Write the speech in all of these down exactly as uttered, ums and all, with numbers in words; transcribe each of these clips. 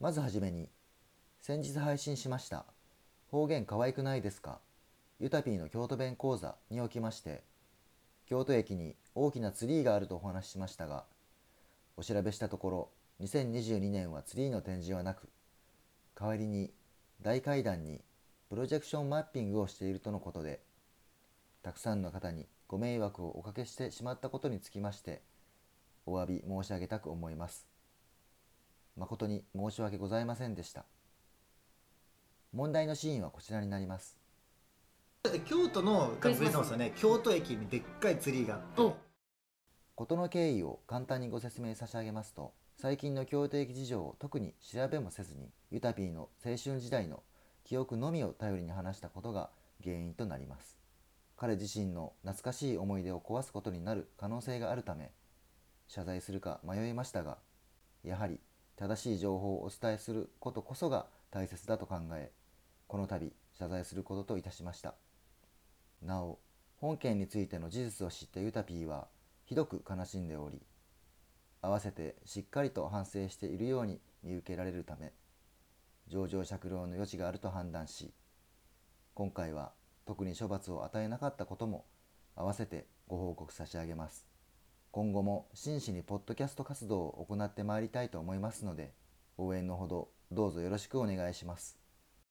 まずはじめに、先日配信しました方言可愛くないですかゆたぴーの京都弁講座におきまして、京都駅に大きなツリーがあるとお話ししましたが、お調べしたところにせんにじゅうにねんはツリーの展示はなく、代わりに大階段にプロジェクションマッピングをしているとのことで、たくさんの方にご迷惑をおかけしてしまったことにつきましてお詫び申し上げたく思います。誠に申し訳ございませんでした。問題のシーンはこちらになります。 京都のクリスマスそうですよね、京都駅にでっかいツリーがあって、 事の経緯を簡単にご説明差し上げますと、最近の京都駅事情を特に調べもせずに、ゆたぴーの青春時代の記憶のみを頼りに話したことが原因となります。彼自身の懐かしい思い出を壊すことになる可能性があるため、謝罪するか迷いましたが、やはり正しい情報をお伝えすることこそが大切だと考え、この度謝罪することといたしました。なお、本件についての事実を知ったゆたぴーはひどく悲しんでおり、合わせてしっかりと反省しているように見受けられるため、情状酌量の余地があると判断し、今回は特に処罰を与えなかったことも合わせてご報告差し上げます。今後も真摯にポッドキャスト活動を行ってまいりたいと思いますので、応援のほどどうぞよろしくお願いします。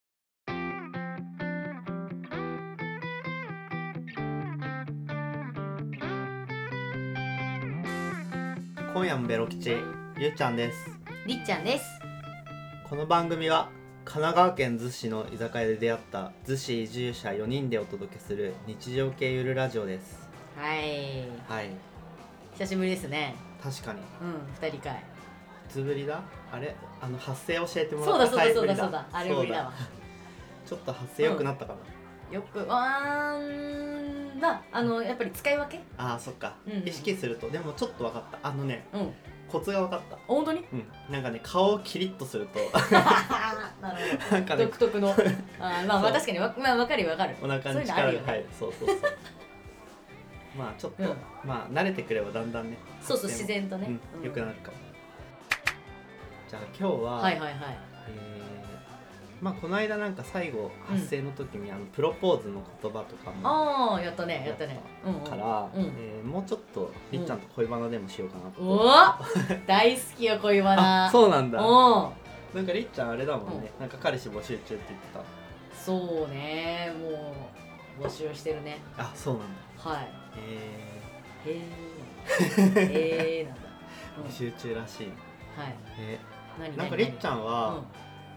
今夜もベロ吉、ゆうちゃんです。 りっちゃんです。 この番組は神奈川県逗子の居酒屋で出会った逗子移住者よにんでお届けする日常系ゆるラジオです。 はいはい、 久しぶりですね。 確かに。 うん、ふたり会。 いつぶりだあれあの発声教えてもそうらっただそうだ回ぶりだ。 そうだそうだ、あれぶりだわ。 ちょっと発声良くなったかな、 よくわーんだ、あのやっぱり使い分け。 ああそっか、 うんうん意識すると。でもちょっと分かった。あのね、 うん、 コツが分かった。 本当にうん、なんかね、顔をキリッとするとなるほど、 なんかね独特のあーまあまそうあ確かにわ、まあ、分かる分かる。 お腹にそういうのあるよね力が入る。そうそうそうまあちょっと、 うんまあ慣れてくればだんだんね、 そうそう、 発声も自然とね、 うん、良くなるかも。じゃあ今日は、 はいはいはい。 えーまあこの間なんか最後発声の時に、あのプロポーズの言葉とかもああ、やったねやったね。うんうん、 から、 うんえーもうちょっとりっちゃんと恋バナでもしようかなと、 おー大好きよ恋バナ。 あ、そうなんだ。 おーなんかりっちゃんあれだもんね、なんか彼氏募集中って言ってそうね、もう募集してるね。 た。あ、そうなんだ。 はい。 えへえ。へえなんだ。 ー、募集中らしい。 はい。 え何ー、なんかりっちゃんは、 うん、 えーっ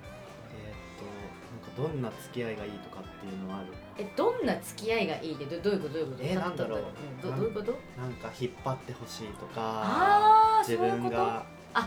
となんかどんな付き合いがいいとかっていうのはある？ え、どんな付き合いがいいってどどういうことどういうこと？ えーなんだろううん、どどういうこと？ なんか引っ張ってほしいとか、 あー、 自分がそういうこと？あ、 ひなんだろ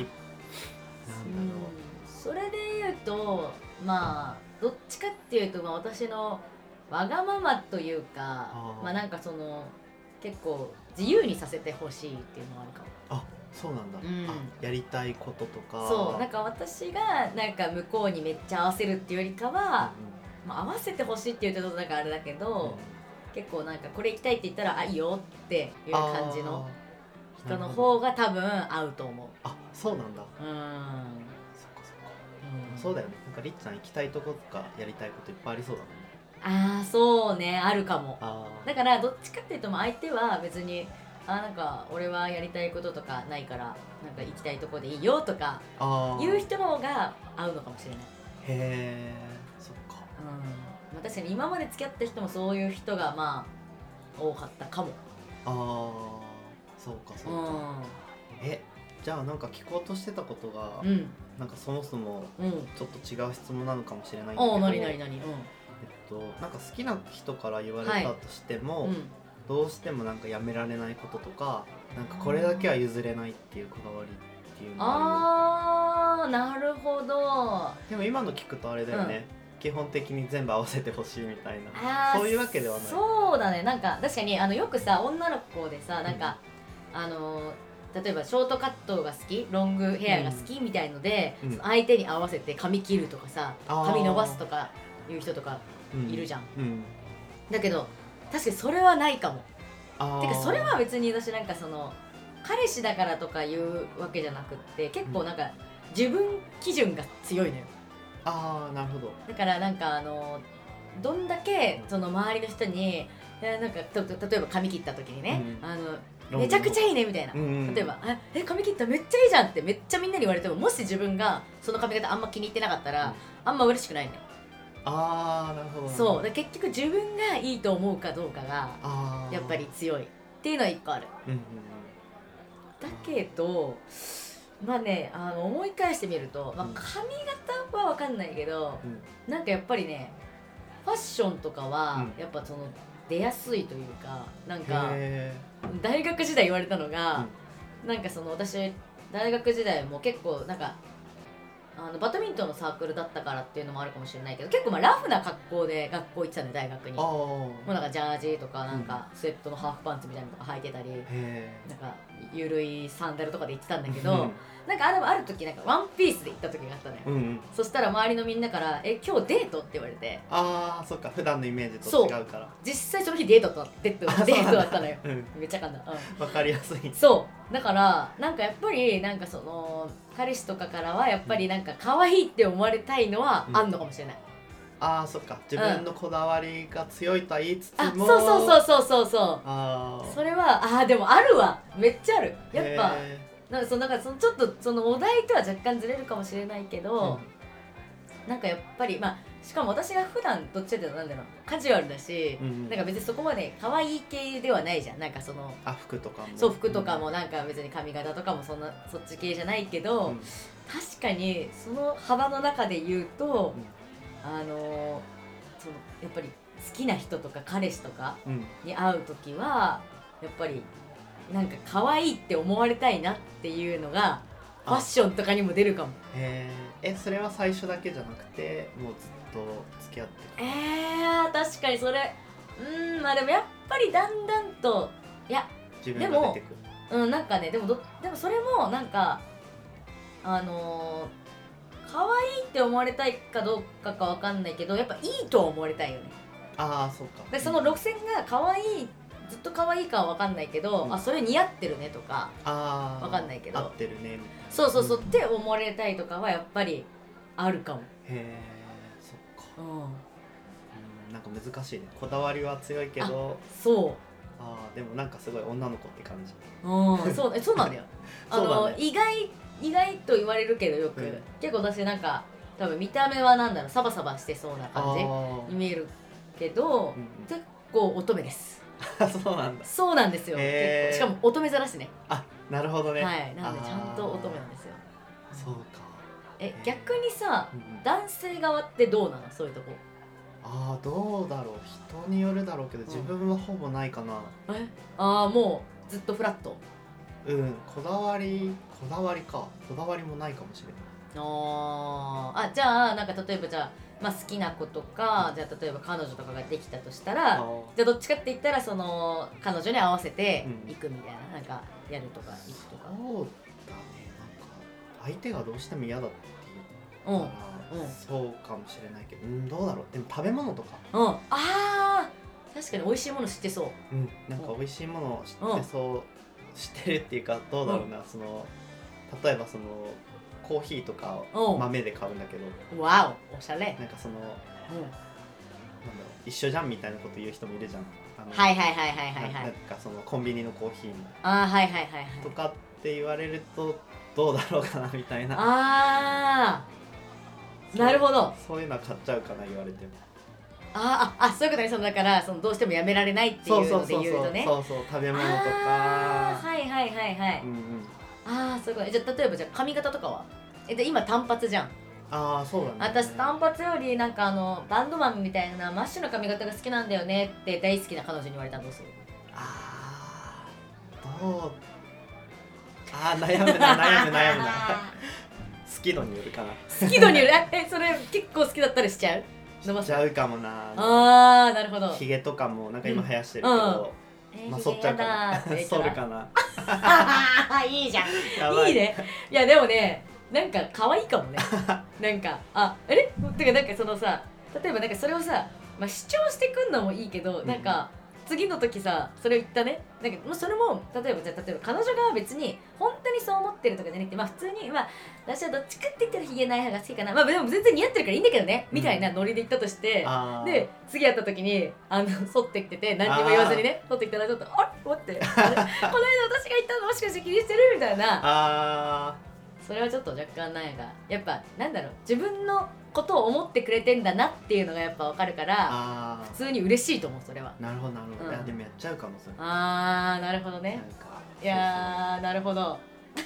うん、それで言うと、まあどっちかっていうと、まあ、私のわがままというか、 あーまあなんかその結構自由にさせてほしいっていうのはあるかも。 う。あ、そうなんだ、 うんあ、やりたいこととか。 そう、なんか私がなんか向こうにめっちゃ合わせるっていうよりかは、まあ、合わせてほしいって言うとちょっとなんかあれだけうんうんど、結構なんかこれ行きたいって言ったらあいいよっていう感じのあー人の方が多分合うと思う。 あ、そうなんだ。 うーん、 そっかそっか、 うん、 そうだよね。なんかりっちゃん行きたいとことかやりたいこといっぱいありそうだもんね。 ああそうね、あるかも。 あだからどっちかっていうと、まあ相手は別にあなんか俺はやりたいこととかないからなんか行きたいとこでいいよとかあー言う人の方が合うのかもしれない。 へえ、そっか。 うん、まあ、確かに今まで付き合った人もそういう人がまあ多かったかも。 ああ、そうかそうか、え、じゃあなんか聞こうとしてたことが、 うんうんなんかそもそもうん。 ちょっと違う質問なのかもしれないんだけど、 おお、なになになに。 えっと、なんか好きな人から言われはいたとしても、 うん。 どうしてもなんかやめられないこととか、なんかこれだけは譲れないっていうこだわりっていうのがああー、なるほど。 る。でも今の聞くとあれだよね、基本的に全部合わせてほしいみたいな、 あーそういうわけではない。 そうだね。なんか確かにあのよくさ女の子でさなんか、あの例えばショートカットが好き、ロングヘアが好きみたいので、 うんその相手に合わせて髪切るとかさ、 あー髪伸ばすとかいう人とかうんいるじゃん、 うん、 だけど確かにそれはないかも。 あーてかそれは別に私なんかその彼氏だからとかいうわけじゃなくって、結構なんか自分基準が強いのよ。 ああなるほど。 だからなんかあのどんだけその周りの人にいやなんかとと例えば髪切った時にね、 うんあのめちゃくちゃいいねみたいな、 うんうん、 例えばあえ髪切っためっちゃいいじゃんってめっちゃみんなに言われても、もし自分がその髪型あんま気に入ってなかったら、 うんあんま嬉しくないのよ。 ああなるほど。 そうだから結局自分がいいと思うかどうかがあやっぱり強いっていうのは一個ある。 うんうんだけどまあねあの思い返してみると、まあうん、 髪型は分かんないけど、 うんなんかやっぱりねファッションとかはうんやっぱその出やすいというか、なんかへ大学時代言われたのが、なんかその私大学時代も結構なんかあのバドミントンのサークルだったからっていうのもあるかもしれないけど、結構まあラフな格好で学校行ってたんで大学に。 ーあもーうなんかジャージとかなんかスウェットのハーフパンツみたいなのとか履いてたり、 へなんかゆるいサンダルとかで行ってたんだけーど、なんかあるある時なんかワンピースで行った時があったのよ。 うんうん、 そしたら周りのみんなから「え今日デート?」って言われて、 ああそっか普段のイメージと違うから実際その日デートだったデートデートだったのよ。 うんめっちゃかんだ、うん、 わかりやすい。 そうだからなんかやっぱりなんかその彼氏とかからはやっぱりなんか可愛いって思われたいのはあんのかもしれない、 ああそっか自分のこだわりが強いとは言いつつも、 あそうそうそうそうそうそうああそれはあーでもあるわ、めっちゃある。やっぱへなんかそのなんかそのちょっとそのお題とは若干ずれるかもしれないけーど、なんかやっぱりまあしかも私が普段どっちかっていうとなんだろうカジュアルだし、 うんうんなんか別にそこまで可愛い系ではないじゃん。なんかそのあ服とかもそう服とかもなんか別に髪型とかもそんなそっち系じゃないけど、 うん確かにその幅の中で言うと、 うんあのそのやっぱり好きな人とか彼氏とかうんに会う時はやっぱりなんか可愛いって思われたいなっていうのがファッションとかにも出るかも。 へーえそれは最初だけじゃなくてもうずっと付き合ってえー、確かにそれうーんまあでもやっぱりだんだんといや自分が出てくる。 うんなんかねでもどでもそれもなんかあのー、可愛いって思われたいかどうかかわかんないけどやっぱいいとは思われたいよね。 ああそうか。 でその路線が可愛いずっと可愛いかはわかんないけど、 うんあそれ似合ってるねとかああわかんないけど合ってるねみたいな。 そうそうそう、 んって思われたいとかはやっぱりあるかも。 へえそっか。 うんうんなんか難しいね。こだわりは強いけどそうああでもなんかすごい女の子って感じ。 うん、そうえそうなんだよ。あそうの、 だね意外意外と言われるけどよく、 うん結構私なんか多分見た目はなんだろうサバサバしてそうな感じあに見えるけど、 うんうん結構乙女です。 あそうなんだ。 そうなんですよ。 へー結構しかも乙女座だしね。 あなるほどね。 はい、なんであーちゃんと乙女なんですよ。 そうか。 えへー逆にさうんうん男性側ってどうなのそういうとこ。 ああどうだろう人によるだろうけど自分はほぼないかな。 えああもうずっとフラット。 うんこだわりこだわりかこだわりもないかもしれない。 あーあじゃあなんか例えばじゃあ、まあ、好きな子とかじゃあ例えば彼女とかができたとしたらあーじゃあどっちかって言ったらその彼女に合わせてうん行くみたいな、なんかやるとか行くとか。 そうだねなんか相手がどうしても嫌だって言うんったら、 うんそうかもしれないけどうんどうだろうでも食べ物とかうんああ確かに美味しいもの知ってそう。 うんなんか美味しいものを知ってそう知ってるっていうかどうだろうな、その例えばそのコーヒーとかうんを豆で買うんだけどわおおしゃれ。 なんかそのなんだうんろう一緒じゃんみたいなこと言う人もいるじゃんあのはいはいはいはいはいはななんい。 かそのコンビニのコーヒーのああはいはいはいはい。 とかって言われるとどうだろうかなみたいなああなるほど。 そういうのは買っちゃうかな言われてもあーああそういうことね。そのだからそのどうしてもやめられないっていうので言うとね。 そうそう食べ物とあかーはいはいはいはい。 うんうんああそういうことね。じゃあ例えばじゃあ髪型とかはえで今単発じゃん。 ああそうだね私単発よりなんかあのバンドマンみたいなマッシュな髪型が好きなんだよねって大好きな彼女に言われたらどうする？ ああどうあー悩むな悩む悩むな好き度によるかな好き度によるえそれ結構好きだったらしちゃう？伸ばすしちゃうかもなあーなるほど。 ヒゲとかもなんか今生やしてるけうんど、 えーまあ剃っちゃうかなひげやだーって剃るかなあーいいじゃんやばいいね。いやでもねなんか可愛いかもねなんかああれてかなんかそのさ例えばなんかそれをさ、まあ、主張してくんのもいいけど、 うんなんか次の時さそれを言ったね。なんかもうそれも例えばじゃあ例えば彼女が別に本当にそう思ってるとかじゃなくて、まあ普通にまあ私はどっちかって言ったらヒゲない派が好きかな、まあでも全然似合ってるからいいんだけどね、みたいなノリで言ったとして、 あーで次会った時にあの剃ってきてて何にも言わずにね剃ってきたらちょっとあれ待ってあれこの間私が言ったのもしかして気にしてるみたいな、 あそれはちょっと若干なんかやっぱなんだろう、自分のことを思ってくれてんだなっていうのがやっぱ分かるからあ普通に嬉しいと思う。それはなるほどなるほど、 うんいやでもやっちゃうかもそれあーなるほどなんね。 かいやーなるほど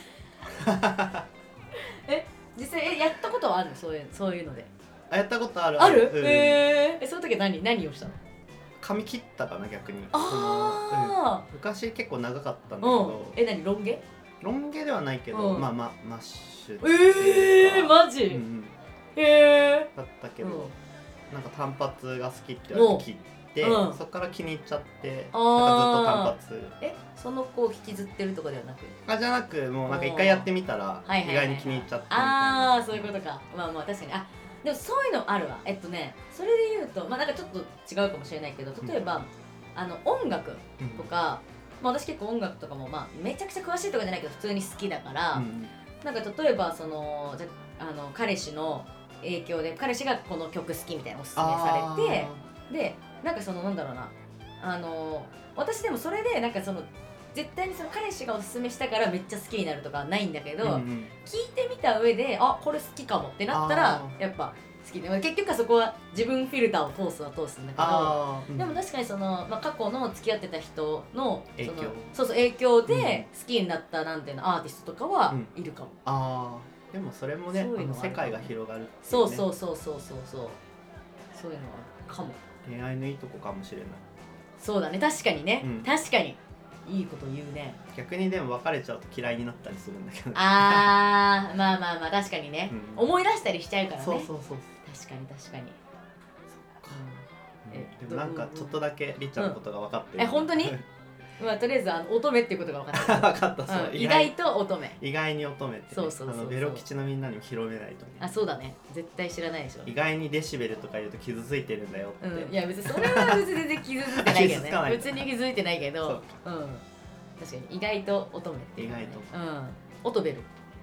え実際えやったことはあるの、そういうそういうのであやったことあるある、 うんえー、えその時は何何をしたの？ 髪切ったかな逆にあその、 あうん昔結構長かったんだけうんど、 え何ロン毛？ ロン毛ではないけど、 うんまあまあマッシュってえー、 いうかマジ、 うんうんえだったけー、 ど、 うんなんか単発が好きって言われて切って、 うんそっから気に入っちゃってあなんかずっと単発えその子を引きずってるとかではなく、 あじゃなくもうなんか一回やってみたらはいはいはいはい意外に気に入っちゃってみたいあなあそういうことか。まあまあ確かに。あでもそういうのあるわ。えっとねそれで言うとまあなんかちょっと違うかもしれないけど、例えば、あの音楽うんとか、まあ、私結構音楽とかもまあめちゃくちゃ詳しいとかじゃないけど普通に好きだから、 うんなんか例えばそのじゃあの彼氏の影響で彼氏がこの曲好きみたいなのおすすめされて、でなんかそのなんだろうな、あの私でもそれでなんかその絶対にその彼氏がおすすめしたからめっちゃ好きになるとかはないんだけど、 うんうん聞いてみた上であこれ好きかもってなったらあーやっぱ好きで、結局はそこは自分フィルターを通すは通すんだけど、 あー、うんでも確かにその、まあ、過去の付き合ってた人の影響そのそうそう影響うんで好きになったなんていうのアーティストとかはうんいるかも、 あーでもそれもねそういうのはあるあの世界が広がるっていそうねそうそうそうそうそうそういうのはあるかも。 恋愛のいいとこかもしれないそうだね確かにね、 うん確かにいいこと言うね。 逆にでも別れちゃうと嫌いになったりするんだけどあーまあまあまあ確かにね、 うん思い出したりしちゃうからね。 そうそうそう確かに確かに。 うんえでもなんかちょっとだけりっちゃんのことが分かってる、 え本当にまあとりあえずあの乙女っていうことが分かった。 分かったそう、 うん意外と乙女。 意外に乙女って、ね、 そうそうそうそうあのベロ吉のみんなにも広めないとねあそうだね絶対知らないでしょ。 意外にデシベルとか言うと傷ついてるんだよって、 うん、いや別にそれは別に全然傷ついてないけど傷つかないね別に傷ついてないけどそううん確かに意外と乙女っていうかね、 意うんオトベル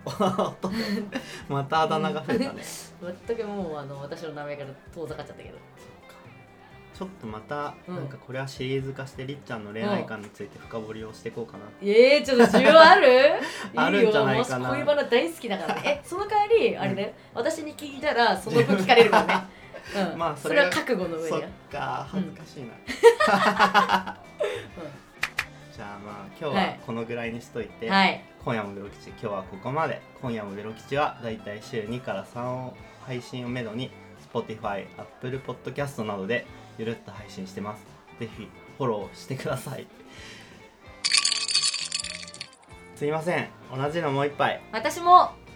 またあだ名が増えたね全くもうあの私の名前から遠ざかっちゃったけどちょっとまた、 うんなんかこれはシリーズ化してりっちゃんの恋愛観について深掘りをしていこうかな、 えー、ちょっと需要あるあるんじゃないかなよ恋バナ大好きだからねえその代わりあれね、私に聞いたらその分聞かれるからねうん、 まあそれがそれは覚悟の上そっでよか恥ずかしいな、じゃあまあ今日ははいこのぐらいにしといて、 はい今夜もベロ吉今日はここまで。今夜もベロ吉はだいたい週にからさんを配信をめどに Spotify、Apple Podcast などでゆるっと配信してます。ぜひフォローしてください。すいません、同じのもう一杯。 私も